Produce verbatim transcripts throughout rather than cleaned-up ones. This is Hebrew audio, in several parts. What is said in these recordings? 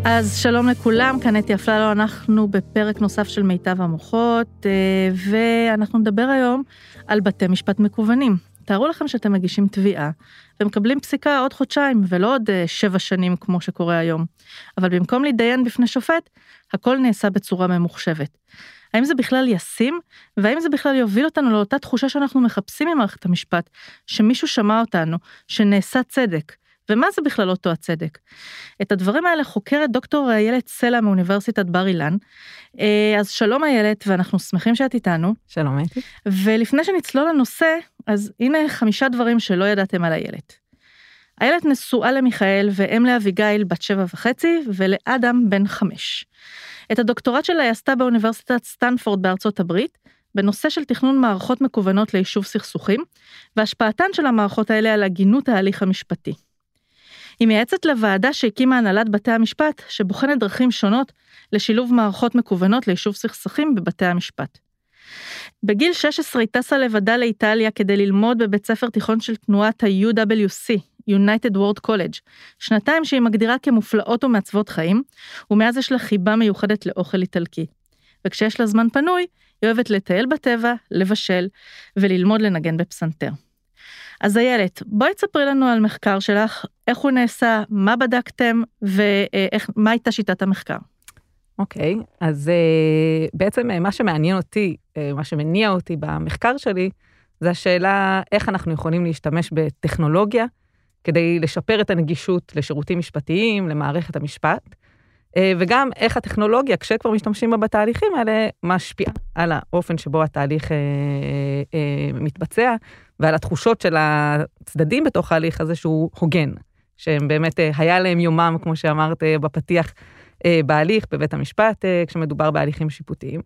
אז שלום לכולם, כאן אתי אפללו, אנחנו בפרק נוסף של מיטב המוחות, ואנחנו נדבר היום על בתי משפט מקוונים. תארו לכם שאתם מגישים תביעה, ומקבלים פסיקה עוד חודשיים, ולא עוד שבע שנים כמו שקורה היום. אבל במקום להידיין בפני שופט, הכל נעשה בצורה ממוחשבת. האם זה בכלל ישים, והאם זה בכלל יוביל אותנו לאותה תחושה שאנחנו מחפשים ממערכת המשפט, שמישהו שמע אותנו, שנעשה צדק, ומה זה בכלל אותו הצדק? את הדברים האלה חוקרת דוקטור איילת סלע מאוניברסיטת בר אילן. אז שלום איילת, ואנחנו שמחים שאת איתנו. שלום אתי. ולפני שנצלול לנושא, אז הנה חמישה דברים שלא ידעתם על איילת. איילת נשואה למיכאל ואם לאביגיל בת שבע וחצי, ולאדם בן חמש. את הדוקטורט שלה היא עשתה באוניברסיטת סטנפורד בארצות הברית, בנושא של תכנון מערכות מקוונות ליישוב סכסוכים, והשפעתן של המערכות האלה על הגינות ההליך המשפטי. היא מייעצת לוועדה שהקימה הנהלת בתי המשפט, שבוחנת דרכים שונות לשילוב מערכות מקוונות ליישוב סכסוכים בבתי המשפט. בגיל שש עשרה היא טסה לבדה לאיטליה כדי ללמוד בבית ספר תיכון של תנועת ה-יו דאבליו סי, United World College, שנתיים שהיא מגדירה כמופלאות ומעצבות חיים, ומאז יש לה חיבה מיוחדת לאוכל איטלקי. וכשיש לה זמן פנוי, היא אוהבת לטייל בטבע, לבשל וללמוד לנגן בפסנתר. אז איילת, בואי תספרי לנו על מחקר שלך, איך הוא נעשה, מה בדקתם, ומה הייתה שיטת המחקר. אוקיי, okay, אז uh, בעצם uh, מה שמעניין אותי, uh, מה שמניע אותי במחקר שלי, זה השאלה איך אנחנו יכולים להשתמש בטכנולוגיה, כדי לשפר את הנגישות לשירותים משפטיים, למערכת המשפט, uh, וגם איך הטכנולוגיה, כשכבר משתמשים בה בתהליכים האלה, משפיעה על האופן שבו התהליך uh, uh, מתבצע, ועל התחושות של הצדדים בתוך ההליך הזה שהוא הוגן, שהם באמת היה להם יומם, כמו שאמרת בפתיח, בהליך, בבית המשפט, כשמדובר בהליכים שיפוטיים.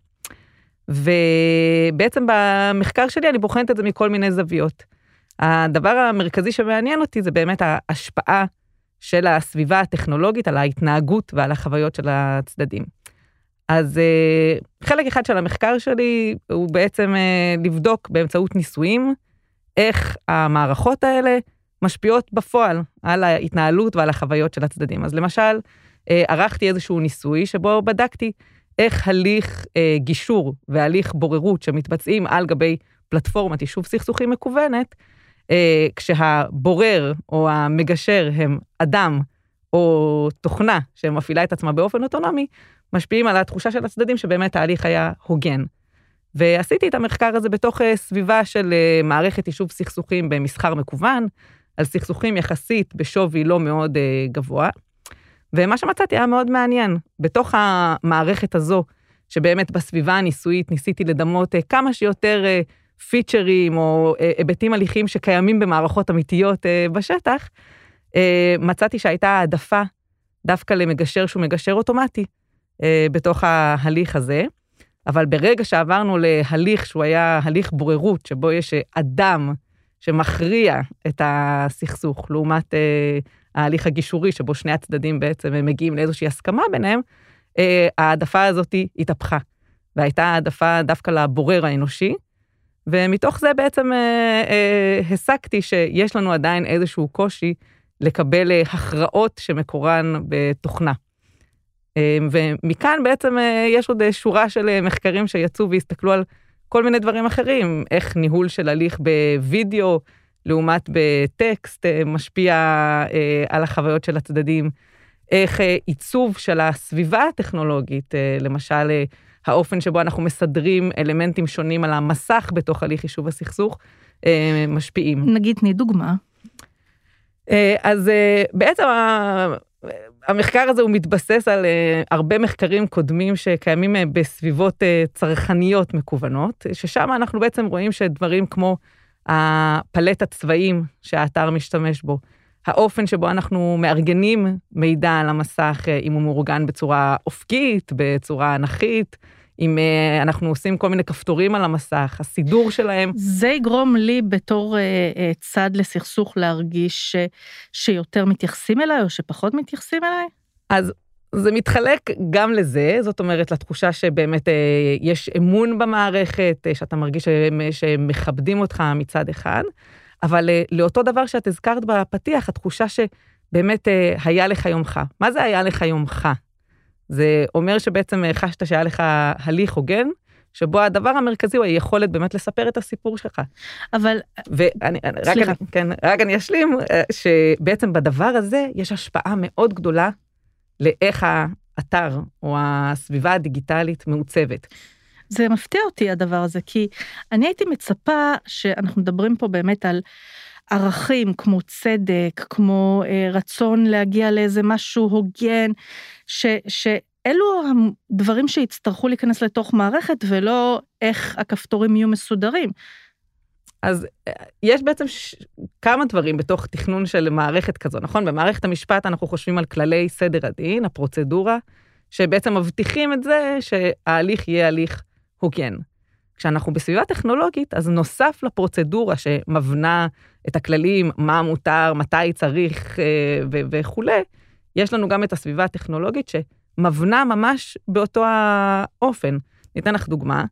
ובעצם במחקר שלי אני בוחנת את זה מכל מיני זוויות. הדבר המרכזי שמעניין אותי זה באמת ההשפעה של הסביבה הטכנולוגית על ההתנהגות ועל החוויות של הצדדים. אז חלק אחד של המחקר שלי הוא בעצם לבדוק באמצעות ניסויים, איך המערכות האלה משפיעות בפועל על ההתנהלות ועל החוויות של הצדדים. אז למשל, ערכתי איזשהו ניסוי שבו בדקתי איך הליך גישור והליך בוררות שמתבצעים על גבי פלטפורמת יישוב סכסוכים מקוונת, כשהבורר או המגשר הם אדם או תוכנה שמפעילה את עצמה באופן אוטונומי, משפיעים על התחושה של הצדדים שבאמת ההליך היה הוגן. ועשיתי את המחקר הזה בתוך סביבה של מערכת יישוב סכסוכים במסחר מקוון, על סכסוכים יחסית בשווי לא מאוד גבוה, ומה שמצאתי היה מאוד מעניין. בתוך המערכת הזו, שבאמת בסביבה הניסויית ניסיתי לדמות כמה שיותר פיצ'רים או היבטים הליכים שקיימים במערכות אמיתיות בשטח, מצאתי שהייתה העדפה דווקא למגשר שהוא מגשר אוטומטי בתוך ההליך הזה, אבל ברגע שעברנו להליך שהוא היה הליך בוררות, שבו יש אדם שמכריע את הסכסוך, לעומת אה, ההליך הגישורי, שבו שני הצדדים בעצם מגיעים לאיזושהי הסכמה ביניהם, אה, העדפה הזאת התהפכה, והייתה העדפה דווקא לבורר האנושי, ומתוך זה בעצם אה, אה, הסקתי שיש לנו עדיין איזשהו קושי לקבל אה, הכרעות שמקורן בתוכנה. ומכאן בעצם יש עוד שורה של מחקרים שיצאו והסתכלו על כל מיני דברים אחרים, איך ניהול של הליך בווידאו, לעומת בטקסט, משפיע על החוויות של הצדדים, איך עיצוב של הסביבה הטכנולוגית, למשל האופן שבו אנחנו מסדרים אלמנטים שונים על המסך בתוך הליך יישוב הסכסוך, משפיעים. נגיד, תני דוגמה. אז בעצם המחקר הזה הוא מתבסס על הרבה מחקרים קודמים שקיימים בסביבות צרכניות מקוונות, ששם אנחנו בעצם רואים שדברים כמו הפלט הצבעים שהאתר משתמש בו, האופן שבו אנחנו מארגנים מידע על המסך, אם הוא מאורגן בצורה אופקית, בצורה אנכית, אם אנחנו עושים כל מיני כפתורים על המסך, הסידור שלהם. זה יגרום לי בתור צד לסכסוך להרגיש שיותר מתייחסים אליי, או שפחות מתייחסים אליי? אז זה מתחלק גם לזה, זאת אומרת, לתחושה שבאמת יש אמון במערכת, שאתה מרגיש שמכבדים אותך מצד אחד, אבל לאותו דבר שאת הזכרת בפתיח, התחושה שבאמת היה לך יומך. מה זה היה לך יומך? זה אומר שבעצם חשת שהיה לך הליך הוגן, שבו הדבר המרכזי הוא היכולת באמת לספר את הסיפור שלך. אבל... ואני, סליחה. רק אני, כן, רק אני אשלים, שבעצם בדבר הזה יש השפעה מאוד גדולה לאיך האתר או הסביבה הדיגיטלית מעוצבת. זה מפתיע אותי הדבר הזה, כי אני הייתי מצפה שאנחנו מדברים פה באמת על ערכים כמו צדק, כמו אה, רצון להגיע לאיזה משהו הוגן, ש, שאלו הדברים שיצטרכו להיכנס לתוך מערכת, ולא איך הכפתורים יהיו מסודרים. אז יש בעצם ש... כמה דברים בתוך תכנון של מערכת כזו, נכון? במערכת המשפט אנחנו חושבים על כללי סדר הדין, הפרוצדורה, שבעצם מבטיחים את זה שההליך יהיה הליך הוגן. כשאנחנו בסביבה טכנולוגית, אז נוסף לפרוצדורה שמבנה את הכללים, מה מותר, מתי צריך ו- וכו', יש לנו גם את הסביבה הטכנולוגית שמבנה ממש באותו האופן. ניתן לך דוגמה,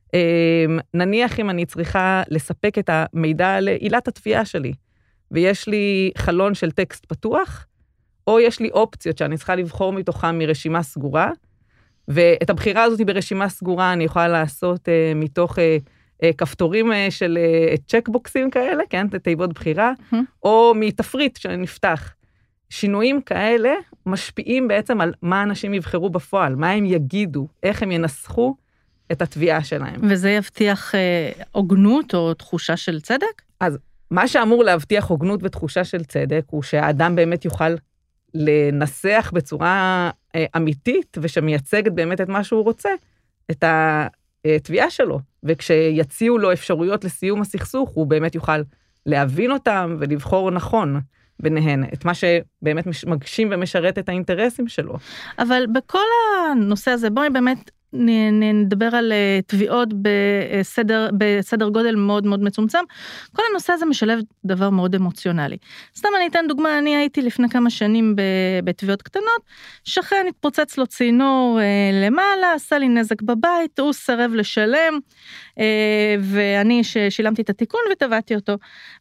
נניח אם אני צריכה לספק את המידע לעילת התביעה שלי, ויש לי חלון של טקסט פתוח, או יש לי אופציות שאני צריכה לבחור מתוכם מרשימה סגורה, ואת הבחירה הזאת ברשימה סגורה אני יכולה לעשות uh, מתוך uh, uh, כפתורים uh, של uh, צ'קבוקסים כאלה, כן, תיבות בחירה, mm-hmm. או מתפריט שנפתח. שינויים כאלה משפיעים בעצם על מה אנשים יבחרו בפועל, מה הם יגידו, איך הם ינסחו את התביעה שלהם. וזה יבטיח uh, הוגנות או תחושה של צדק? אז מה שאמור להבטיח הוגנות ותחושה של צדק, הוא שהאדם באמת יוכל לנסח בצורה אמיתית, ושמייצגת באמת את מה שהוא רוצה, את התביעה שלו, וכשיציעו לו אפשרויות לסיום הסכסוך, הוא באמת יוכל להבין אותם, ולבחור נכון ביניהן, את מה שבאמת מגשים ומשרת את האינטרסים שלו. אבל בכל הנושא הזה, בואי באמת נדבר על תביעות בסדר, בסדר גודל מאוד מאוד מצומצם. כל הנושא הזה משלב דבר מאוד אמוציונלי. סתם אני אתן דוגמה, אני הייתי לפני כמה שנים בתביעות קטנות, שכן התפוצץ לו צינור למעלה, עשה לי נזק בבית, הוא סרב לשלם, ואני ששילמתי את התיקון ותבעתי אותו.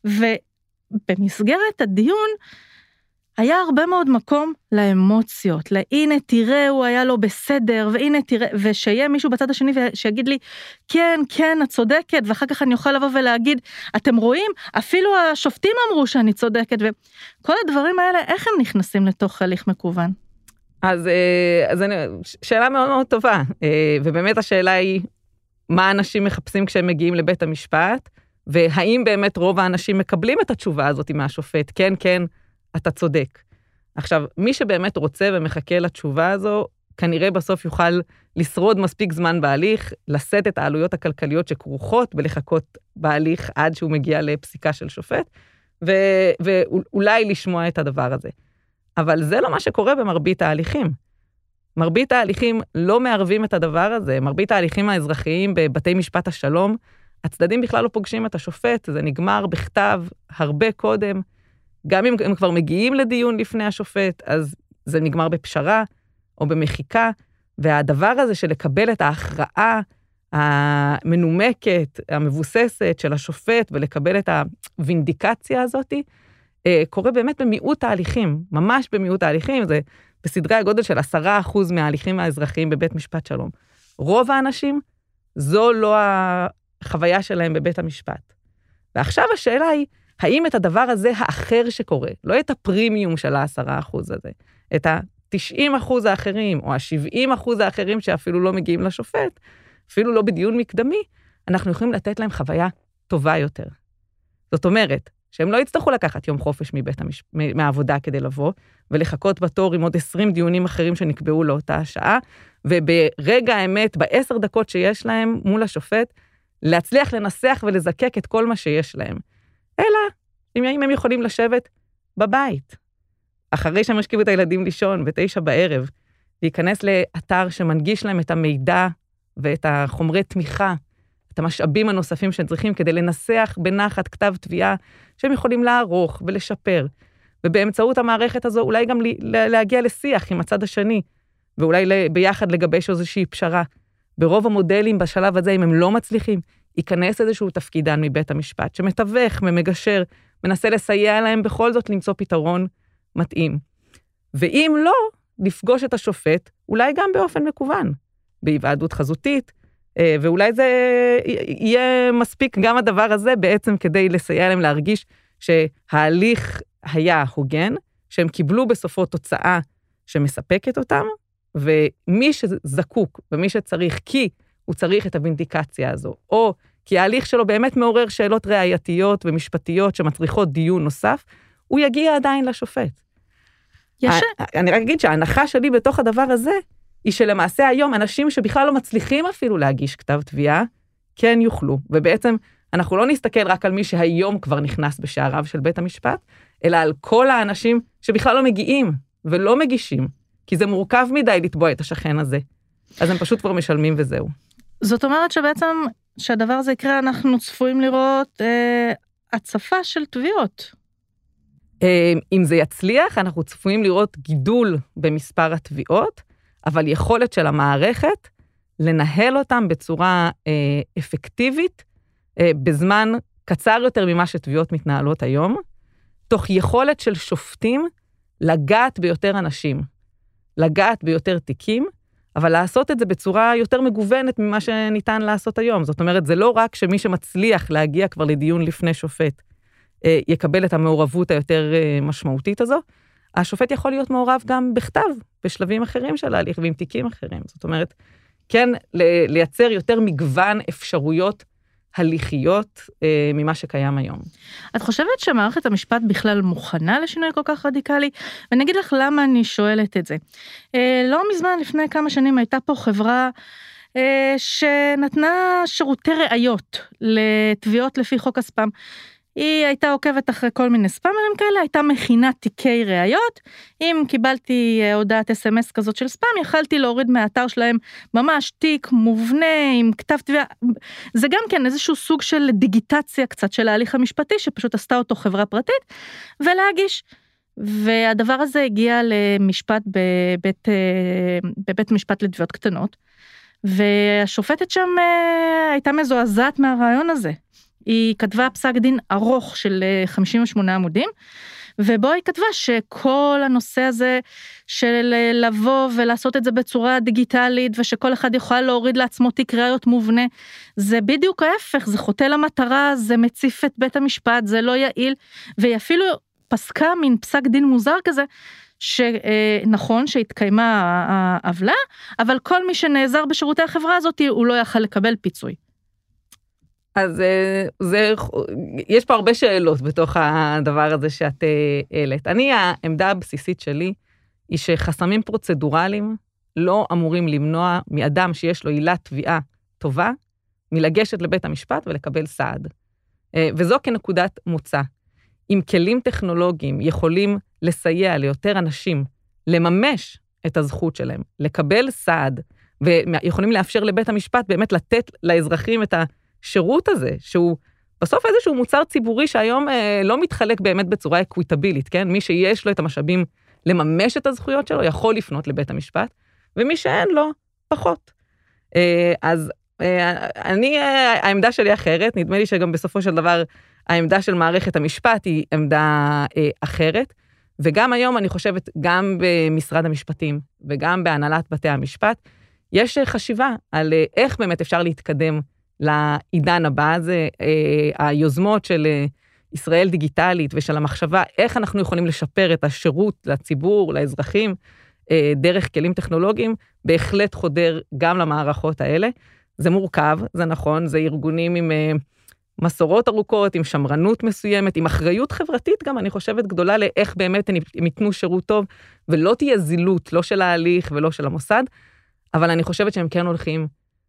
ובמסגרת הדיון, היה הרבה מאוד מקום לאמוציות, להנה תראה הוא היה לו בסדר, והנה תראה, ושיהיה מישהו בצד השני שיגיד לי, כן, כן, את צודקת, ואחר כך אני אוכל לבוא ולהגיד, אתם רואים, אפילו השופטים אמרו שאני צודקת, וכל הדברים האלה, איך הם נכנסים לתוך הליך מקוון? אז, אז אני, שאלה מאוד מאוד טובה, ובאמת השאלה היא, מה אנשים מחפשים כשהם מגיעים לבית המשפט, והאם באמת רוב האנשים מקבלים את התשובה הזאת מהשופט, כן, כן, אתה צודק. עכשיו, מי שבאמת רוצה ומחכה לתשובה הזו, כנראה בסוף יוכל לשרוד מספיק זמן בהליך, לשאת את העלויות הכלכליות שכרוכות בלחכות בהליך עד שהוא מגיע לפסיקה של שופט, ו- ואולי לשמוע את הדבר הזה. אבל זה לא מה שקורה במרבית ההליכים. מרבית ההליכים לא מערבים את הדבר הזה, מרבית ההליכים האזרחיים בבתי משפט השלום, הצדדים בכלל לא פוגשים את השופט, זה נגמר בכתב הרבה קודם, גם אם הם כבר מגיעים לדיון לפני השופט, אז זה נגמר בפשרה או במחיקה, והדבר הזה של לקבל את ההכרעה המנומקת, המבוססת של השופט, ולקבל את הוינדיקציה הזאת, קורה באמת במיעוט ההליכים, ממש במיעוט ההליכים, זה בסדרי הגודל של עשרה אחוז מההליכים האזרחיים בבית משפט שלום. רוב האנשים, זו לא החוויה שלהם בבית המשפט. ועכשיו השאלה היא, האם את הדבר הזה האחר שקורה, לא את הפרימיום של העשרה אחוז הזה, את ה-תשעים אחוז האחרים, או ה-שבעים אחוז האחרים שאפילו לא מגיעים לשופט, אפילו לא בדיון מקדמי, אנחנו יכולים לתת להם חוויה טובה יותר. זאת אומרת, שהם לא יצטרכו לקחת יום חופש מבית המש... מהעבודה כדי לבוא, ולחכות בתור עם עוד עשרים דיונים אחרים שנקבעו לאותה השעה, וברגע האמת, בעשר דקות שיש להם מול השופט, להצליח לנסח ולזקק את כל מה שיש להם. אלא, אם הם יכולים לשבת בבית, אחרי שהם השכיבו את הילדים לישון, בתשע בערב, להיכנס לאתר שמנגיש להם את המידע, ואת החומרי תמיכה, את המשאבים הנוספים שהם צריכים, כדי לנסח בנחת כתב תביעה, שהם יכולים לערוך ולשפר, ובאמצעות המערכת הזו, אולי גם להגיע לשיח עם הצד השני, ואולי ביחד לגבש איזושהי פשרה. ברוב המודלים בשלב הזה, אם הם לא מצליחים, ייכנס איזשהו תפקידן מבית המשפט, שמתווך, ממגשר, מנסה לסייע להם בכל זאת למצוא פתרון מתאים. ואם לא, לפגוש את השופט, אולי גם באופן מקוון, בהיוועדות חזותית, ואולי זה יהיה מספיק גם הדבר הזה בעצם כדי לסייע להם להרגיש שההליך היה הוגן, שהם קיבלו בסופו תוצאה שמספקת אותם, ומי שזקוק ומי שצריך, כי הוא צריך את הוינדיקציה הזו, או כי ההליך שלו באמת מעורר שאלות ראייתיות ומשפטיות שמצריכות דיון נוסף, הוא יגיע עדיין לשופט. יש... אני רק אגיד שההנחה שלי בתוך הדבר הזה, היא שלמעשה היום אנשים שבכלל לא מצליחים אפילו להגיש כתב תביעה, כן יוכלו. ובעצם אנחנו לא נסתכל רק על מי שהיום כבר נכנס בשעריו של בית המשפט, אלא על כל האנשים שבכלל לא מגיעים ולא מגישים, כי זה מורכב מדי לתבוע את השכן הזה. אז הם פשוט כבר משלמים וזהו. זאת אומרת שבעצם שהדבר הזה יקרה, אנחנו צפויים לראות אה, הצפה של תביעות. אה, אם זה יצליח, אנחנו צפויים לראות גידול במספר התביעות, אבל יכולת של המערכת לנהל אותם בצורה אה, אפקטיבית, אה, בזמן קצר יותר ממה שתביעות מתנהלות היום, תוך יכולת של שופטים לגעת ביותר אנשים, לגעת ביותר תיקים, אבל לעשות את זה בצורה יותר מגוונת ממה שניתן לעשות היום. זאת אומרת, זה לא רק שמי שמצליח להגיע כבר לדיון לפני שופט, אה, יקבל את המעורבות היותר אה, משמעותית הזו, השופט יכול להיות מעורב גם בכתב, בשלבים אחרים של ההליך, ועם תיקים אחרים. זאת אומרת, כן, לייצר יותר מגוון אפשרויות הליכיות אה, ממה שקיים היום. את חושבת שמערכת המשפט בכלל מוכנה לשינוי כל כך רדיקלי? ואני אגיד לך למה אני שואלת את זה. אה, לא מזמן, לפני כמה שנים, הייתה פה חברה אה, שנתנה שירותי ראיות לתביעות לפי חוק הספאם. היא הייתה עוקבת אחרי כל מיני ספאמרים כאלה, הייתה מכינה תיקי ראיות, אם קיבלתי הודעת אס אם אס כזאת של ספאם, יכלתי להוריד מהאתר שלהם ממש תיק מובנה עם כתב תביעה, זה גם כן איזשהו סוג של דיגיטציה קצת של ההליך המשפטי, שפשוט עשתה אותו חברה פרטית, ולהגיש. והדבר הזה הגיע למשפט בבית, בבית משפט לתביעות קטנות, והשופטת שם הייתה מזועזעת מהרעיון הזה. היא כתבה פסק דין ארוך של חמישים ושמונה עמודים, ובו היא כתבה שכל הנושא הזה של לבוא ולעשות את זה בצורה דיגיטלית, ושכל אחד יוכל להוריד לעצמו תיק ראיות מובנה, זה בדיוק ההפך, זה חוטא למטרה, זה מציף את בית המשפט, זה לא יעיל, והיא אפילו פסקה מין פסק דין מוזר כזה, שנכון שהתקיימה העוולה, אבל כל מי שנעזר בשירותי החברה הזאת, הוא לא יכל לקבל פיצוי. אז זה, יש פה הרבה שאלות בתוך הדבר הזה שאת העלית. אני, העמדה הבסיסית שלי, היא שחסמים פרוצדורליים לא אמורים למנוע מאדם שיש לו עילת תביעה טובה, מלגשת לבית המשפט ולקבל סעד. וזו כנקודת מוצא. אם כלים טכנולוגיים יכולים לסייע ליותר אנשים לממש את הזכות שלהם, לקבל סעד, ויכולים לאפשר לבית המשפט באמת לתת לאזרחים את ה... שירות הזה, שהוא בסוף איזשהו מוצר ציבורי שהיום אה, לא מתחלק באמת בצורה אקוויטבילית, כן? מי שיש לו את המשאבים לממש את הזכויות שלו, יכול לפנות לבית המשפט, ומי שאין לו, פחות. אה, אז אה, אני, אה, העמדה שלי אחרת, נדמה לי שגם בסופו של דבר, העמדה של מערכת המשפט היא עמדה אה, אחרת, וגם היום אני חושבת, גם במשרד המשפטים, וגם בהנהלת בתי המשפט, יש חשיבה על אה, איך באמת אפשר להתקדם לעידן הבא, זה אה, היוזמות של אה, ישראל דיגיטלית ושל המחשבה, איך אנחנו יכולים לשפר את השירות לציבור, לאזרחים, אה, דרך כלים טכנולוגיים, בהחלט חודר גם למערכות האלה. זה מורכב, זה נכון, זה ארגונים עם אה, מסורות ארוכות, עם שמרנות מסוימת, עם אחריות חברתית גם, אני חושבת, גדולה לאיך באמת הם ייתנו שירות טוב, ולא תהיה זילות, לא של ההליך ולא של המוסד, אבל אני חושבת שהם כן הולכים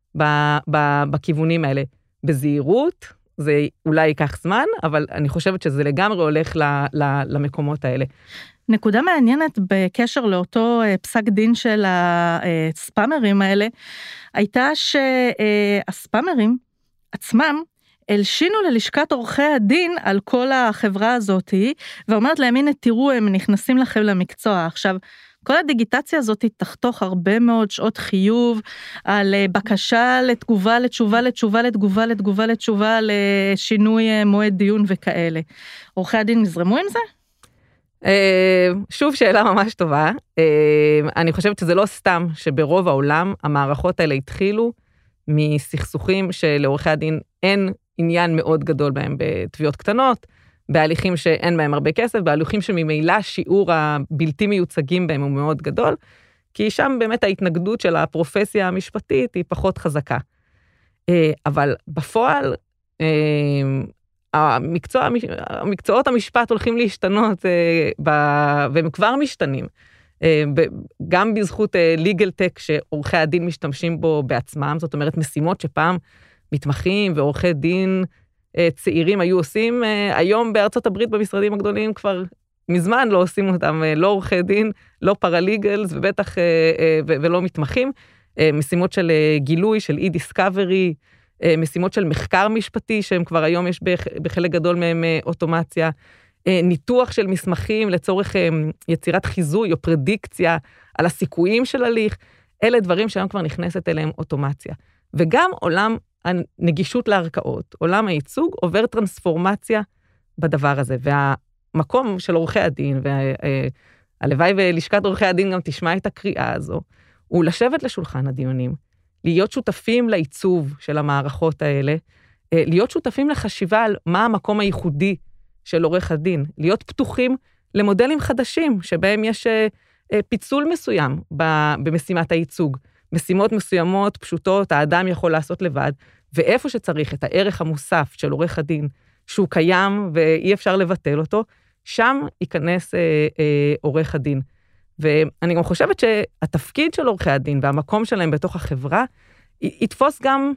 בכיוונים האלה. בזהירות, זה אולי ייקח זמן, אבל אני חושבת שזה לגמרי הולך למקומות האלה. נקודה מעניינת בקשר לאותו פסק דין של הספאמרים האלה, הייתה שהספאמרים עצמם הלשינו ללשכת עורכי הדין על כל החברה הזאת, ואומרת להם, הנה תראו, הם נכנסים לכם למקצוע. עכשיו, כל הדיגיטציה הזאת תחתוך הרבה מאוד שעות חיוב, על בקשה לתגובה, לתשובה, לתשובה, לתגובה, לתגובה, לתשובה, לשינוי מועד דיון וכאלה. עורכי הדין נזרמו עם זה? שוב, שאלה ממש טובה. אני חושבת שזה לא סתם שברוב העולם המערכות האלה התחילו מסכסוכים שלעורכי הדין אין עניין מאוד גדול בהם בתביעות קטנות, בהליכים שאין בהם הרבה כסף, בהליכים שממילא שיעור הבלתי מיוצגים בהם הוא מאוד גדול, כי שם באמת ההתנגדות של הפרופסיה המשפטית היא פחות חזקה. אבל בפועל, המקצוע, המקצועות המשפט הולכים להשתנות, והם כבר משתנים, גם בזכות legal tech שעורכי הדין משתמשים בו בעצמם, זאת אומרת משימות שפעם מתמחים ועורכי דין צעירים היו עושים, היום בארצות הברית במשרדים הגדולים כבר מזמן לא עושים אותם, לא עורכי דין, לא פרליגלס ובטח ולא מתמחים, משימות של גילוי, של אי-דיסקאברי, משימות של מחקר משפטי, שהם כבר היום יש בחלק גדול מהם אוטומציה, ניתוח של מסמכים לצורך יצירת חיזוי או פרדיקציה על הסיכויים של הליך, אלה דברים שהיום כבר נכנסת אליהם אוטומציה. וגם עולם הנגישות לערכאות, עולם הייצוג עובר טרנספורמציה בדבר הזה, והמקום של עורכי הדין, והלוואי ולשכת עורכי הדין גם תשמע את הקריאה הזו, הוא לשבת לשולחן הדיונים, להיות שותפים לעיצוב של המערכות האלה, להיות שותפים לחשיבה על מה המקום הייחודי של עורך הדין, להיות פתוחים למודלים חדשים, שבהם יש פיצול מסוים במשימת הייצוג, משימות מסוימות, פשוטות, האדם יכול לעשות לבד, ואיפה שצריך את הערך המוסף של עורך הדין, שהוא קיים ואי אפשר לבטל אותו, שם ייכנס אה, אה, עורך הדין. ואני גם חושבת שהתפקיד של עורכי הדין והמקום שלהם בתוך החברה, יתפוס גם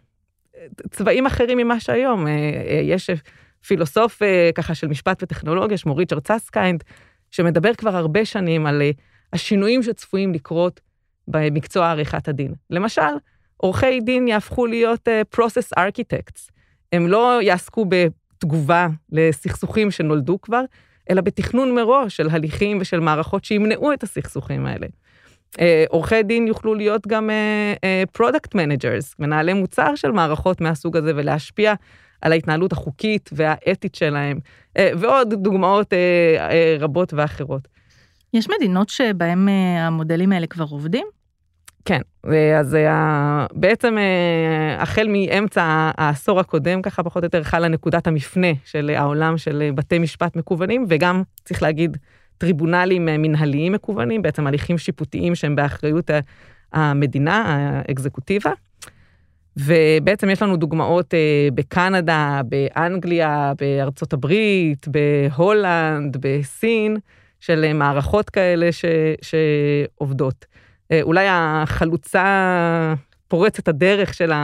צבעים אחרים ממה שהיום. יש פילוסוף ככה של משפט וטכנולוגיה, שמו ריצ'רד סאסקיינד, שמדבר כבר הרבה שנים על השינויים שצפויים לקרות במקצוע עריכת הדין. למשל, עורכי דין יהפכו להיות process architects. הם לא יעסקו בתגובה לסכסוכים שנולדו כבר, אלא בתכנון מראש של הליכים ושל מערכות שימנעו את הסכסוכים האלה. עורכי דין יוכלו להיות גם product managers, מנהלי מוצר של מערכות מהסוג הזה, ולהשפיע על ההתנהלות החוקית והאתית שלהם, ועוד דוגמאות רבות ואחרות. יש מדינות שבהן המודלים האלה כבר עובדים? כן, אז בעצם החל מאמצע העשור הקודם, ככה פחות או יותר חלה נקודת המפנה של העולם של בתי משפט מקוונים, וגם צריך להגיד טריבונלים מנהליים מקוונים, בעצם הליכים שיפוטיים שהם באחריות המדינה, האקזקוטיבה, ובעצם יש לנו דוגמאות בקנדה, באנגליה, בארצות הברית, בהולנד, בסין, של מערכות כאלה ש, שעובדות. אולי החלוצה פורצת הדרך של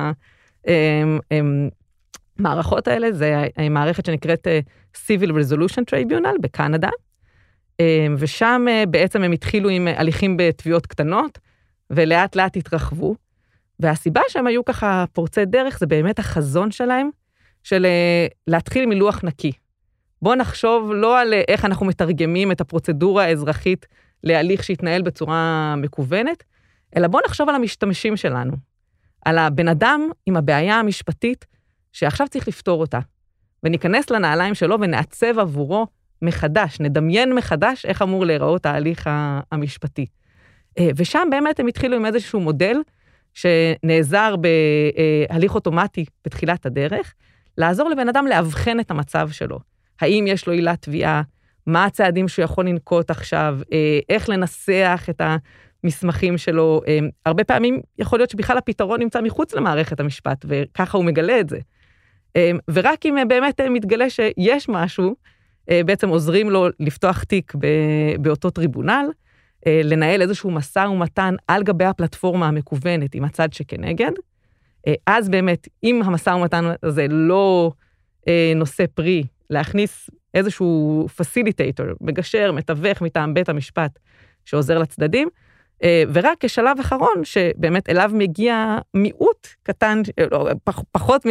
המערכות האלה, זה מערכת שנקראת Civil Resolution Tribunal בקנדה, ושם בעצם הם התחילו עם הליכים בתביעות קטנות, ולאט לאט התרחבו, והסיבה שהם היו ככה פורצי דרך, זה באמת החזון שלהם, של להתחיל עם לוח נקי. בואו נחשוב לא על איך אנחנו מתרגמים את הפרוצדורה האזרחית, להליך שהתנהל בצורה מקוונת, אלא בואו נחשוב על המשתמשים שלנו, על הבן אדם עם הבעיה המשפטית, שעכשיו צריך לפתור אותה, וניכנס לנעליים שלו ונעצב עבורו מחדש, נדמיין מחדש איך אמור להיראות ההליך המשפטי. ושם באמת הם התחילו עם איזשהו מודל, שנעזר בהליך אוטומטי בתחילת הדרך, לעזור לבן אדם להבחן את המצב שלו. האם יש לו עילת תביעה, מה הצעדים שהוא יכול לנקוט עכשיו, איך לנסח את המסמכים שלו. הרבה פעמים יכול להיות שבכלל הפתרון נמצא מחוץ למערכת המשפט, וככה הוא מגלה את זה. ורק אם באמת מתגלה שיש משהו, בעצם עוזרים לו לפתוח תיק באותו טריבונל, לנהל איזשהו מסע ומתן על גבי הפלטפורמה המקוונת עם הצד שכנגד. אז באמת, אם המסע ומתן הזה לא נושא פרי, להכניס איזשהו פסיליטייטור, מגשר, מתווך מטעם בית המשפט, שעוזר לצדדים, ורק כשלב אחרון, שבאמת אליו מגיע מיעוט קטן, פחות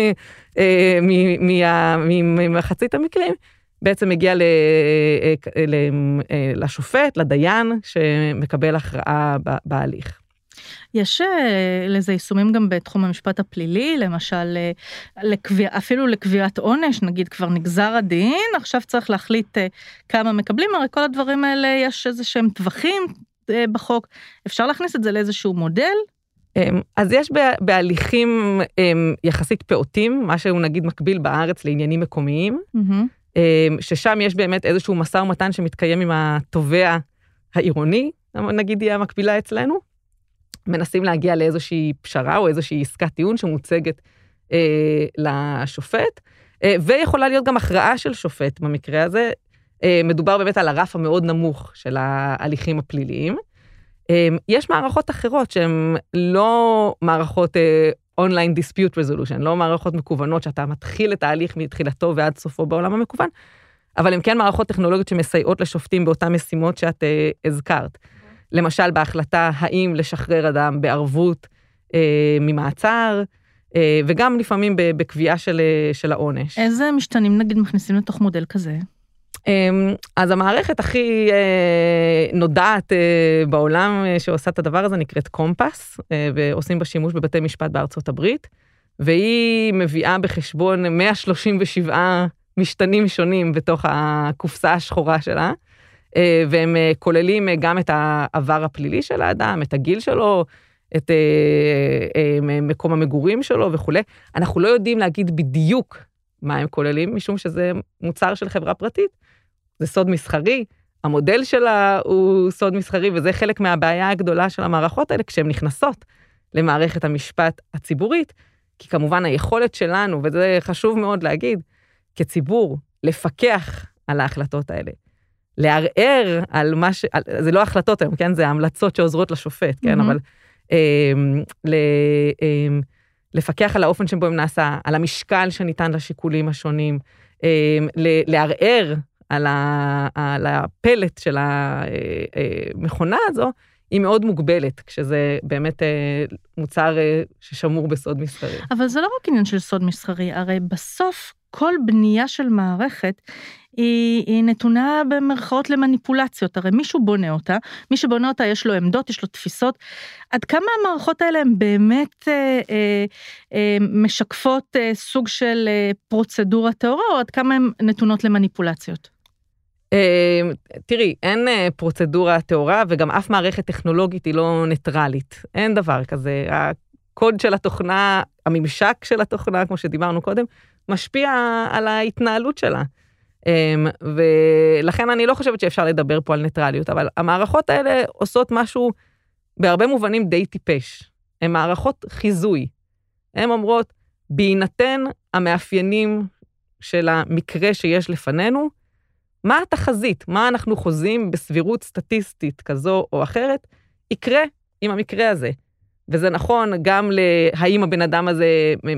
ממחצית המקרים, בעצם מגיע לשופט, לדיין, שמקבל הכרעה בהליך. יש לזה יישומים גם בתחום המשפט הפלילי, למשל, לקביע, אפילו לקביעת עונש, נגיד כבר נגזר הדין, עכשיו צריך להחליט כמה מקבלים, הרי כל הדברים האלה יש איזה שהם טווחים בחוק, אפשר להכניס את זה לאיזשהו מודל? אז יש בהליכים יחסית פעוטים, מה שהוא נגיד מקביל בארץ לעניינים מקומיים, ששם יש באמת איזשהו מסע ומתן שמתקיים עם התובע העירוני, נגיד היא המקבילה אצלנו, מנסים להגיע לאיזושהי פשרה או איזושהי עסקת טיעון שמוצגת אה, לשופט, אה, ויכולה להיות גם הכרעה של שופט במקרה הזה, אה, מדובר באמת על הרף המאוד נמוך של ההליכים הפליליים. אה, יש מערכות אחרות שהן לא מערכות אה, אונליין dispute resolution, לא מערכות מקוונות שאתה מתחיל את ההליך מתחילתו ועד סופו בעולם המקוון, אבל הן כן מערכות טכנולוגיות שמסייעות לשופטים באותן משימות שאת אה, הזכרת. למשל, בהחלטה האם לשחרר אדם בערבות אה, ממעצר, אה, וגם לפעמים בקביעה של, של העונש. איזה משתנים נגיד מכניסים לתוך מודל כזה? אה, אז המערכת הכי אה, נודעת אה, בעולם אה, שעושה את הדבר הזה נקראת קומפס, אה, ועושים בה שימוש בבתי משפט בארצות הברית, והיא מביאה בחשבון מאה שלושים ושבעה משתנים שונים בתוך הקופסה השחורה שלה, והם כוללים גם את העבר הפלילי של האדם, את הגיל שלו, את מקום המגורים שלו וכו'. אנחנו לא יודעים להגיד בדיוק מה הם כוללים, משום שזה מוצר של חברה פרטית, זה סוד מסחרי, המודל שלה הוא סוד מסחרי, וזה חלק מהבעיה הגדולה של המערכות האלה, כשהן נכנסות למערכת המשפט הציבורית, כי כמובן היכולת שלנו, וזה חשוב מאוד להגיד, כציבור, לפקח על ההחלטות האלה, לערער על מה ש... זה לא החלטות היום, כן? זה המלצות שעוזרות לשופט, כן? Mm-hmm. אבל אה, ל, אה, לפקח על האופן שבו הם נעשה, על המשקל שניתן לשיקולים השונים, אה, לערער על, ה, על הפלט של המכונה הזו, היא מאוד מוגבלת, כשזה באמת אה, מוצר אה, ששמור בסוד מסחרי. אבל זה לא רק עניין של סוד מסחרי, הרי בסוף כל בנייה של מערכת היא, היא נתונה במרכאות למניפולציות, הרי מישהו בונה אותה, מי שבונה אותה יש לו עמדות, יש לו תפיסות, עד כמה המערכות האלה הן באמת אה, אה, אה, משקפות אה, סוג של אה, פרוצדורה טהורה, או עד כמה הן נתונות למניפולציות? אה, תראי, אין אה, פרוצדורה טהורה, וגם אף מערכת טכנולוגית היא לא ניטרלית, אין דבר כזה, הקוד של התוכנה, הממשק של התוכנה, כמו שדיברנו קודם, משפיע על ההתנהלות שלה. ולכן אני לא חושבת שאפשר לדבר פה על ניטרליות, אבל המערכות האלה עושות משהו בהרבה מובנים די טיפש. הן מערכות חיזוי. הן אומרות, בהינתן המאפיינים של המקרה שיש לפנינו, מה התחזית, מה אנחנו חוזים בסבירות סטטיסטית כזו או אחרת, יקרה עם המקרה הזה. וזה נכון גם להאם הבן אדם הזה,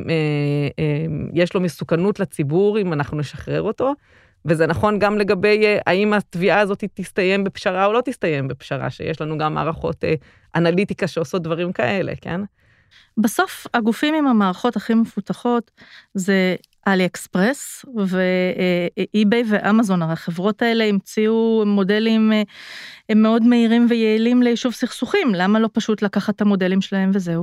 יש לו מסוכנות לציבור אם אנחנו נשחרר אותו, וזה נכון גם לגבי האם התביעה הזאת תסתיים בפשרה או לא תסתיים בפשרה, שיש לנו גם מערכות אנליטיקה שעושות דברים כאלה, כן? בסוף הגופים עם המערכות הכי מפותחות זה אלי אקספרס ואי-ביי ואמזון, הרי החברות האלה המציאו מודלים הם מאוד מהירים ויעילים ליישוב סכסוכים, למה לא פשוט לקחת את המודלים שלהם וזהו?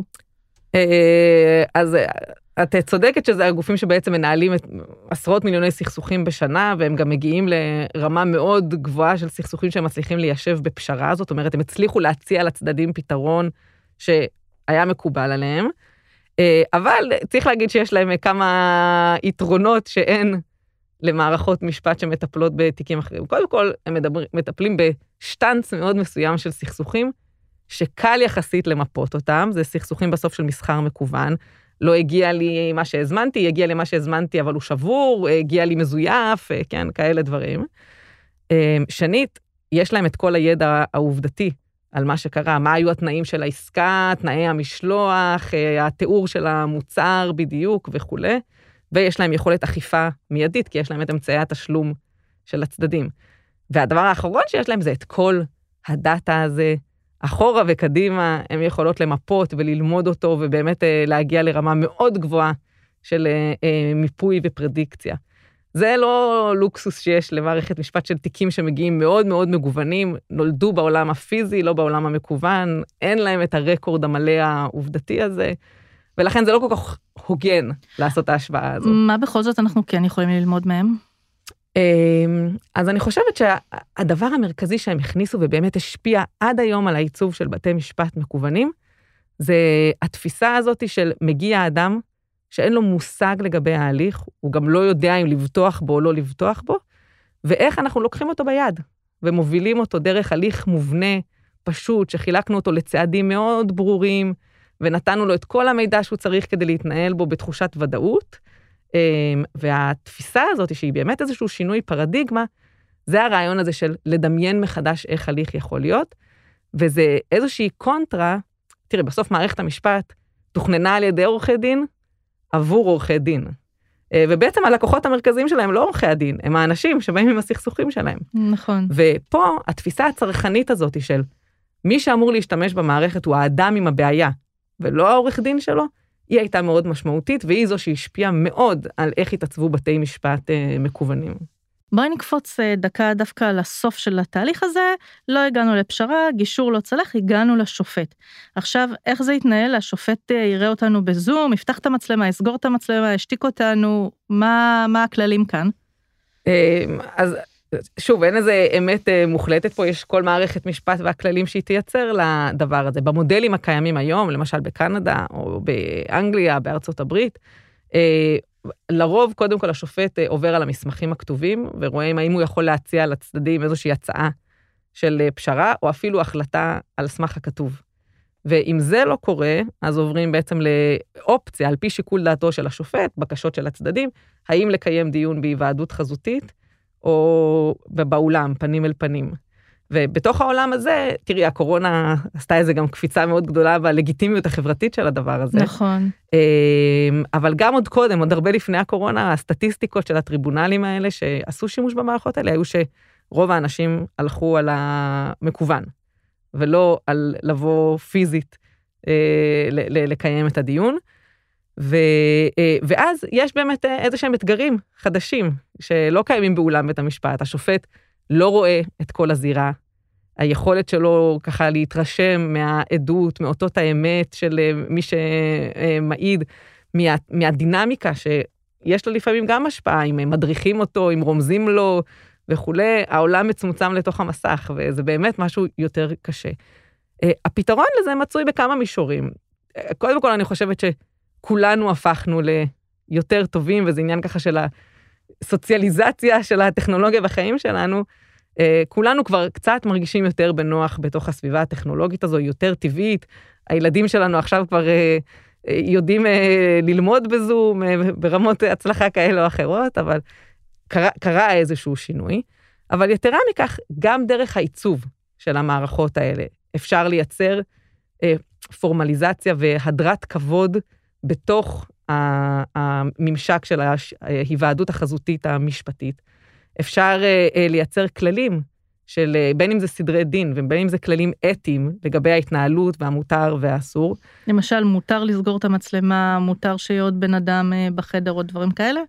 אז את צודקת שזה הגופים שבעצם מנהלים את עשרות מיליוני סכסוכים בשנה, והם גם מגיעים לרמה מאוד גבוהה של סכסוכים שהם מצליחים ליישב בפשרה, זאת אומרת, הם הצליחו להציע לצדדים פתרון שהיה מקובל עליהם, אבל צריך להגיד שיש להם כמה יתרונות שאין למערכות משפט שמטפלות בתיקים אחרים. קודם כל, הם מדבר, מטפלים בשטנץ מאוד מסוים של סכסוכים, שקל יחסית למפות אותם, זה סכסוכים בסוף של מסחר מקוון, לא הגיע לי מה שהזמנתי, הגיע לי מה שהזמנתי, אבל הוא שבור, הגיע לי מזויף, כן, כאלה דברים. שנית, יש להם את כל הידע העובדתי על מה שקרה, מה היו התנאים של העסקה, תנאי המשלוח, התיאור של המוצר בדיוק וכו'. ויש להם יכולת אכיפה מיידית, כי יש להם את אמצעי התשלום של הצדדים. והדבר האחרון שיש להם זה את כל הדאטה הזה, אחורה וקדימה, הם יכולות למפות וללמוד אותו, ובאמת להגיע לרמה מאוד גבוהה של מיפוי ופרדיקציה. זה לא לוקסוס שיש למערכת משפט של תיקים שמגיעים מאוד מאוד מגוונים, נולדו בעולם הפיזי, לא בעולם המקוון, אין להם את הרקורד המלא העובדתי הזה, ולכן זה לא כל כך הוגן לעשות את ההשוואה הזו. מה בכל זאת אנחנו כן יכולים ללמוד מהם? אז אני חושבת שהדבר המרכזי שהם הכניסו ובאמת השפיע עד היום על העיצוב של בתי משפט מקוונים, זה התפיסה הזאת של מגיע אדם שאין לו מושג לגבי ההליך, הוא גם לא יודע אם לבטוח בו או לא לבטוח בו, ואיך אנחנו לוקחים אותו ביד, ומובילים אותו דרך הליך מובנה, פשוט, שחילקנו אותו לצעדים מאוד ברורים, ונתנו לו את כל המידע שהוא צריך כדי להתנהל בו בתחושת ודאות, והתפיסה הזאת, שהיא באמת איזשהו שינוי פרדיגמה, זה הרעיון הזה של לדמיין מחדש איך הליך יכול להיות, וזה איזושהי קונטרה, תראה, בסוף מערכת המשפט תוכננה על ידי עורכי דין, עבור עורכי דין. ובעצם הלקוחות המרכזיים שלהם לא עורכי הדין, הם האנשים שבאים עם הסכסוכים שלהם. נכון. ופה התפיסה הצרכנית הזאת של מי שאמור להשתמש במערכת הוא האדם עם הבעיה, ולא העורך דין שלו, היא הייתה מאוד משמעותית, והיא זו שהשפיעה מאוד על איך התעצבו בתי משפט מקוונים. בואי נקפוץ דקה דווקא לסוף של התהליך הזה, לא הגענו לפשרה, גישור לא צלח, הגענו לשופט. עכשיו, איך זה יתנהל? השופט יראה אותנו בזום, יפתח את המצלמה, יסגור את המצלמה, ישתיק אותנו, מה, מה הכללים כאן? אז שוב, אין איזה אמת מוחלטת פה, יש כל מערכת משפט והכללים שהיא תייצר לדבר הזה. במודלים הקיימים היום, למשל בקנדה או באנגליה, בארצות הברית, לרוב, קודם כל, השופט עובר על המסמכים הכתובים, ורואה האם הוא יכול להציע לצדדים איזושהי הצעה של פשרה, או אפילו החלטה על סמך הכתוב. ואם זה לא קורה, אז עוברים בעצם לאופציה, על פי שיקול דעתו של השופט, בקשות של הצדדים, האם לקיים דיון בהיוועדות חזותית, או באולם, פנים אל פנים. ובתוך העולם הזה, תראי, הקורונה עשתה איזה גם קפיצה מאוד גדולה בלגיטימיות החברתית של הדבר הזה. נכון. אבל גם עוד קודם, עוד הרבה לפני הקורונה, הסטטיסטיקות של הטריבונלים האלה שעשו שימוש במערכות האלה, היו שרוב האנשים הלכו על המקוון, ולא על לבוא פיזית לקיים את הדיון. ואז יש באמת איזה שהם אתגרים חדשים, שלא קיימים באולם בית המשפט. השופט לא רואה את כל הזירה, היכולת שלו ככה להתרשם מהעדות, מאותות האמת של מי שמעיד, מה, מהדינמיקה שיש לו לפעמים גם השפעה, אם מדריכים אותו, אם רומזים לו וכולי, העולם מצומצם לתוך המסך, וזה באמת משהו יותר קשה. הפתרון לזה מצוי בכמה מישורים. קודם כל אני חושבת שכולנו הפכנו ליותר טובים, וזה עניין ככה של הסוציאליזציה של הטכנולוגיה בחיים שלנו, כולנו כבר קצת מרגישים יותר בנוח בתוך הסביבה הטכנולוגית הזו, יותר טבעית, הילדים שלנו עכשיו כבר יודעים ללמוד בזום, ברמות הצלחה כאלה או אחרות, אבל קרה, קרה איזשהו שינוי, אבל יתרה מכך, גם דרך העיצוב של המערכות האלה, אפשר לייצר פורמליזציה והדרת כבוד בתוך הממשק של ההיוועדות החזותית המשפטית. אפשר לייצר כללים של בין אם זה סדרי דין ובין אם זה כללים אתיים לגבי ההתנהלות והמותר והאסור. למשל, מותר לסגור את המצלמה, מותר שיהיה עוד בן אדם בחדר או דברים כאלה?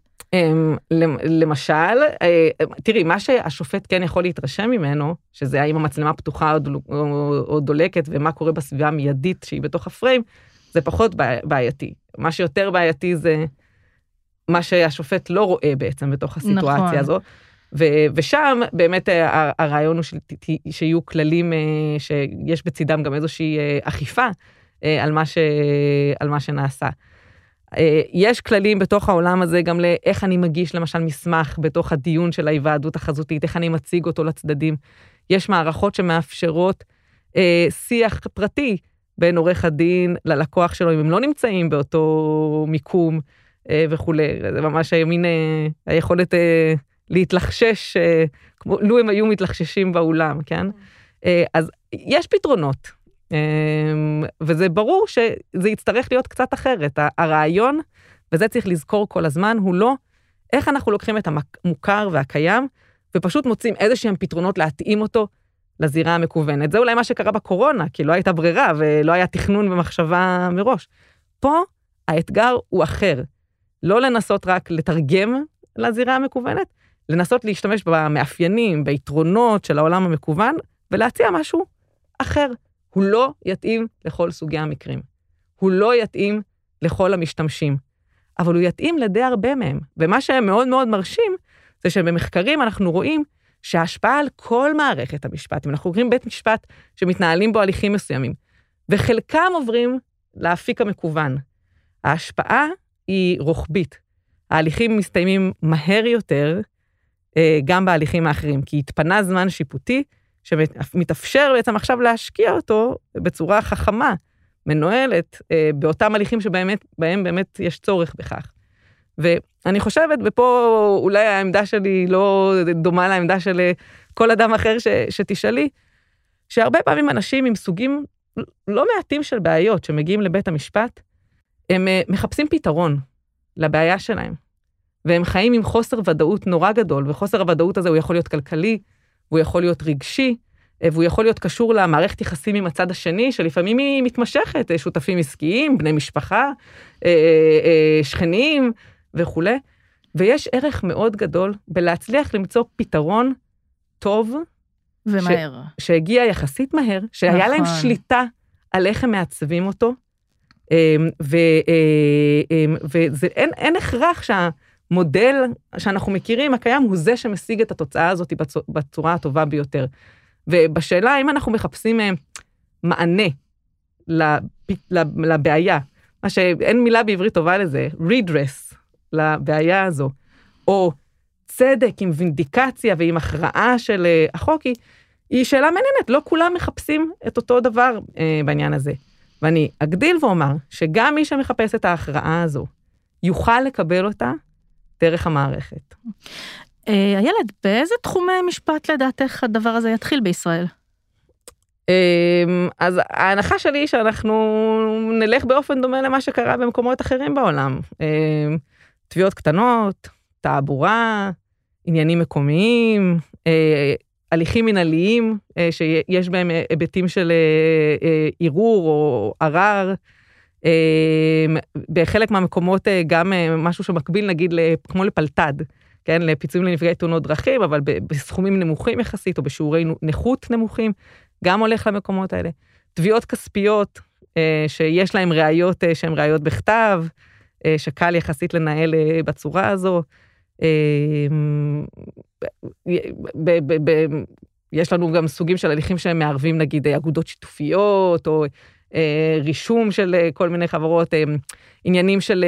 למשל, תראי, מה שהשופט כן יכול להתרשם ממנו, שזה האם המצלמה פתוחה או דולקת ומה קורה בסביבה המיידית שהיא בתוך הפריים, זה פחות בעייתי. מה שיותר בעייתי זה מה שהשופט לא רואה בעצם בתוך הסיטואציה נכון. הזו. ו- ושם באמת הרעיון הוא ש- שיהיו כללים שיש בצדם גם איזושהי אכיפה על מה, ש- על מה שנעשה. יש כללים בתוך העולם הזה גם לאיך אני מגיש למשל מסמך בתוך הדיון של ההיוועדות החזותית, איך אני מציג אותו לצדדים. יש מערכות שמאפשרות שיח פרטי בין עורך הדין ללקוח שלו, אם הם לא נמצאים באותו מיקום וכולי. זה ממש הימין היכולת להתלחשש, כמו לו הם היו מתלחששים באולם, כן? אז יש פתרונות, וזה ברור שזה יצטרך להיות קצת אחרת. הרעיון, וזה צריך לזכור כל הזמן, הוא לא איך אנחנו לוקחים את המוכר והקיים, ופשוט מוצאים איזשהם פתרונות להתאים אותו לזירה המקוונת. זה אולי מה שקרה בקורונה, כי לא הייתה ברירה, ולא היה תכנון ומחשבה מראש. פה האתגר הוא אחר. לא לנסות רק לתרגם לזירה המקוונת, לנסות להשתמש במאפיינים, ביתרונות של העולם המקוון, ולהציע משהו אחר. הוא לא יתאים לכל סוגי המקרים. הוא לא יתאים לכל המשתמשים, אבל הוא יתאים לדי הרבה מהם. ומה שמאוד מאוד מרשים, זה שבמחקרים אנחנו רואים שההשפעה על כל מערכת המשפט, אם אנחנו רואים בית משפט שמתנהלים בו הליכים מסוימים, וחלקם עוברים להפיק המקוון. ההשפעה היא רוחבית. ההליכים מסתיימים מהר יותר, גם בהליכים האחרים, כי התפנה זמן שיפוטי, שמתאפשר בעצם עכשיו להשקיע אותו בצורה חכמה, מנוהלת, באותם הליכים שבאמת, בהם באמת יש צורך בכך. ואני חושבת, ופה אולי העמדה שלי לא דומה לעמדה של כל אדם אחר ש, שתשאלי, שהרבה פעמים אנשים עם סוגים לא מעטים של בעיות שמגיעים לבית המשפט, הם מחפשים פתרון לבעיה שלהם, והם חיים עם חוסר ודאות נורא גדול, וחוסר הוודאות הזה הוא יכול להיות כלכלי, הוא יכול להיות רגשי, והוא יכול להיות קשור למערכת יחסים עם הצד השני, שלפעמים היא מתמשכת, שותפים עסקיים, בני משפחה, שכנים וכו'. ויש ערך מאוד גדול בלהצליח למצוא פתרון טוב, ומהר. ש... שהגיע יחסית מהר, שהיה נכון. להם שליטה על איך הם מעצבים אותו, ואין אין הכרח שהמודל שאנחנו מכירים, הקיים, הוא זה שמשיג את התוצאה הזאת בצורה הטובה ביותר. ובשאלה, האם אנחנו מחפשים מענה לבעיה, מה שאין מילה בעברית טובה לזה, redress לבעיה הזו, או צדק עם וינדיקציה ועם הכרעה של החוק, היא שאלה מעניינת, לא כולם מחפשים את אותו דבר בעניין הזה. ואני אגדיל ואומר, שגם מי שמחפש את ההכרעה הזו, יוכל לקבל אותה דרך המערכת. הילד, באיזה תחומי משפט לדעתך הדבר הזה יתחיל בישראל? אז ההנחה שלי היא שאנחנו נלך באופן דומה למה שקרה במקומות אחרים בעולם. תביעות קטנות, תעבורה, עניינים מקומיים, הליכים מנהליים, שיש בהם היבטים של ערעור או ערר, בחלק מהמקומות גם משהו שמקביל נגיד כמו לפלטד, כן, לפיצויים לנפגעי תאונות דרכים, אבל בסכומים נמוכים יחסית, או בשיעורי נכות נמוכים, גם הולך למקומות האלה. תביעות כספיות, שיש להם ראיות, שהן ראיות בכתב, שקל יחסית לנהל בצורה הזו. יש לנו גם סוגים של הליכים שהם מערבים, נגיד, אגודות שיתופיות, או רישום של כל מיני חברות, עניינים של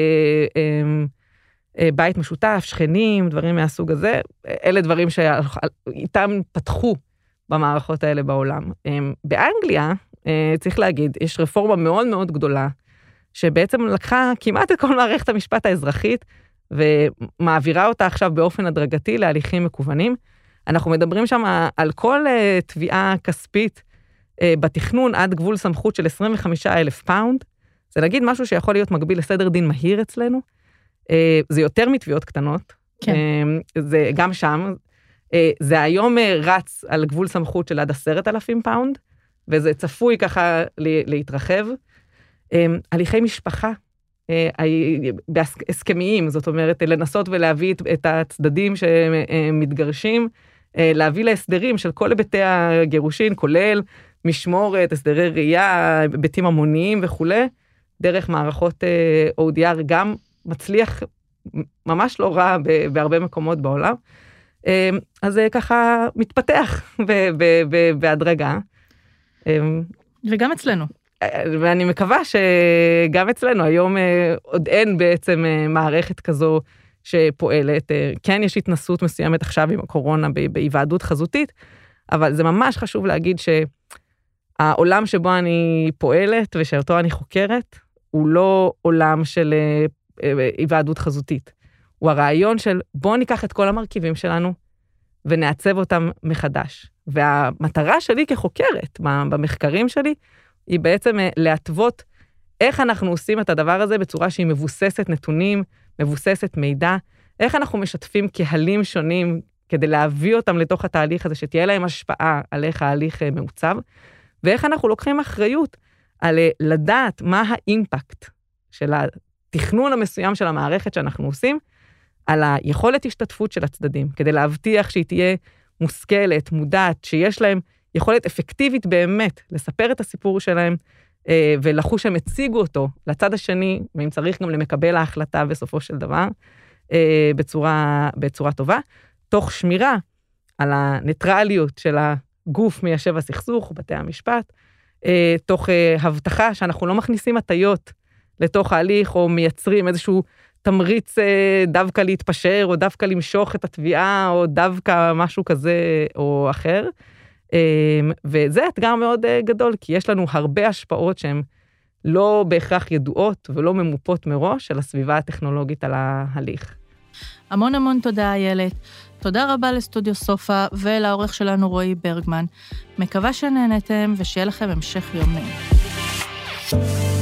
בית משותף, שכנים, דברים מהסוג הזה. אלה דברים שאיתם פתחו במערכות האלה בעולם. באנגליה, צריך להגיד, יש רפורמה מאוד מאוד גדולה, שבעצם לקחה כמעט את כל מערכת המשפט האזרחית, ומעבירה אותה עכשיו באופן הדרגתי להליכים מקוונים. אנחנו מדברים שם על כל תביעה כספית בתכנון עד גבול סמכות של עשרים וחמישה אלף פאונד. זה נגיד משהו שיכול להיות מקביל לסדר דין מהיר אצלנו. זה יותר מתביעות קטנות. כן. זה גם שם. זה היום רץ על גבול סמכות של עד עשרת אלפים פאונד, וזה צפוי ככה להתרחב. הליכי משפחה, בהסכמיים, זאת אומרת, לנסות ולהביא את הצדדים שמתגרשים, להביא להסדרים של כל היבטי הגירושין, כולל משמורת, הסדרי ראייה, היבטים המוניים וכו', דרך מערכות או די אר גם מצליח ממש לא רע בהרבה מקומות בעולם. אז זה ככה מתפתח בהדרגה. וגם אצלנו. ואני מקווה שגם אצלנו, היום עוד אין בעצם מערכת כזו שפועלת. כן, יש התנסות מסוימת עכשיו עם הקורונה בהיוועדות חזותית, אבל זה ממש חשוב להגיד שהעולם שבו אני פועלת ושאותו אני חוקרת, הוא לא עולם של היוועדות חזותית. הוא הרעיון של בוא ניקח את כל המרכיבים שלנו ונעצב אותם מחדש. והמטרה שלי כחוקרת במחקרים שלי, היא בעצם להתוות איך אנחנו עושים את הדבר הזה בצורה שהיא מבוססת נתונים, מבוססת מידע, איך אנחנו משתפים קהלים שונים כדי להביא אותם לתוך התהליך הזה, שתהיה להם השפעה על איך ההליך מעוצב, ואיך אנחנו לוקחים אחריות על לדעת מה האימפקט של התכנון המסוים של המערכת שאנחנו עושים, על היכולת השתתפות של הצדדים, כדי להבטיח שהיא תהיה מושכלת, מודעת, שיש להם יכולת אפקטיבית באמת לספר את הסיפור שלהם, ולחוש שהם הציגו אותו לצד השני, ואם צריך גם למקבל ההחלטה בסופו של דבר, בצורה, בצורה טובה, תוך שמירה על הניטרליות של הגוף מיישב הסכסוך, בתי המשפט, תוך הבטחה שאנחנו לא מכניסים הטיות לתוך ההליך, או מייצרים איזשהו תמריץ דווקא להתפשר, או דווקא למשוך את התביעה, או דווקא משהו כזה או אחר. וזה אתגר מאוד גדול, כי יש לנו הרבה השפעות שהן לא בהכרח ידועות ולא ממופות מראש של הסביבה הטכנולוגית על ההליך. המון המון תודה, איילת. תודה רבה לסטודיו סופה ולעורך שלנו רועי ברגמן. מקווה שנהנתם ושיהיה לכם המשך יום נעים.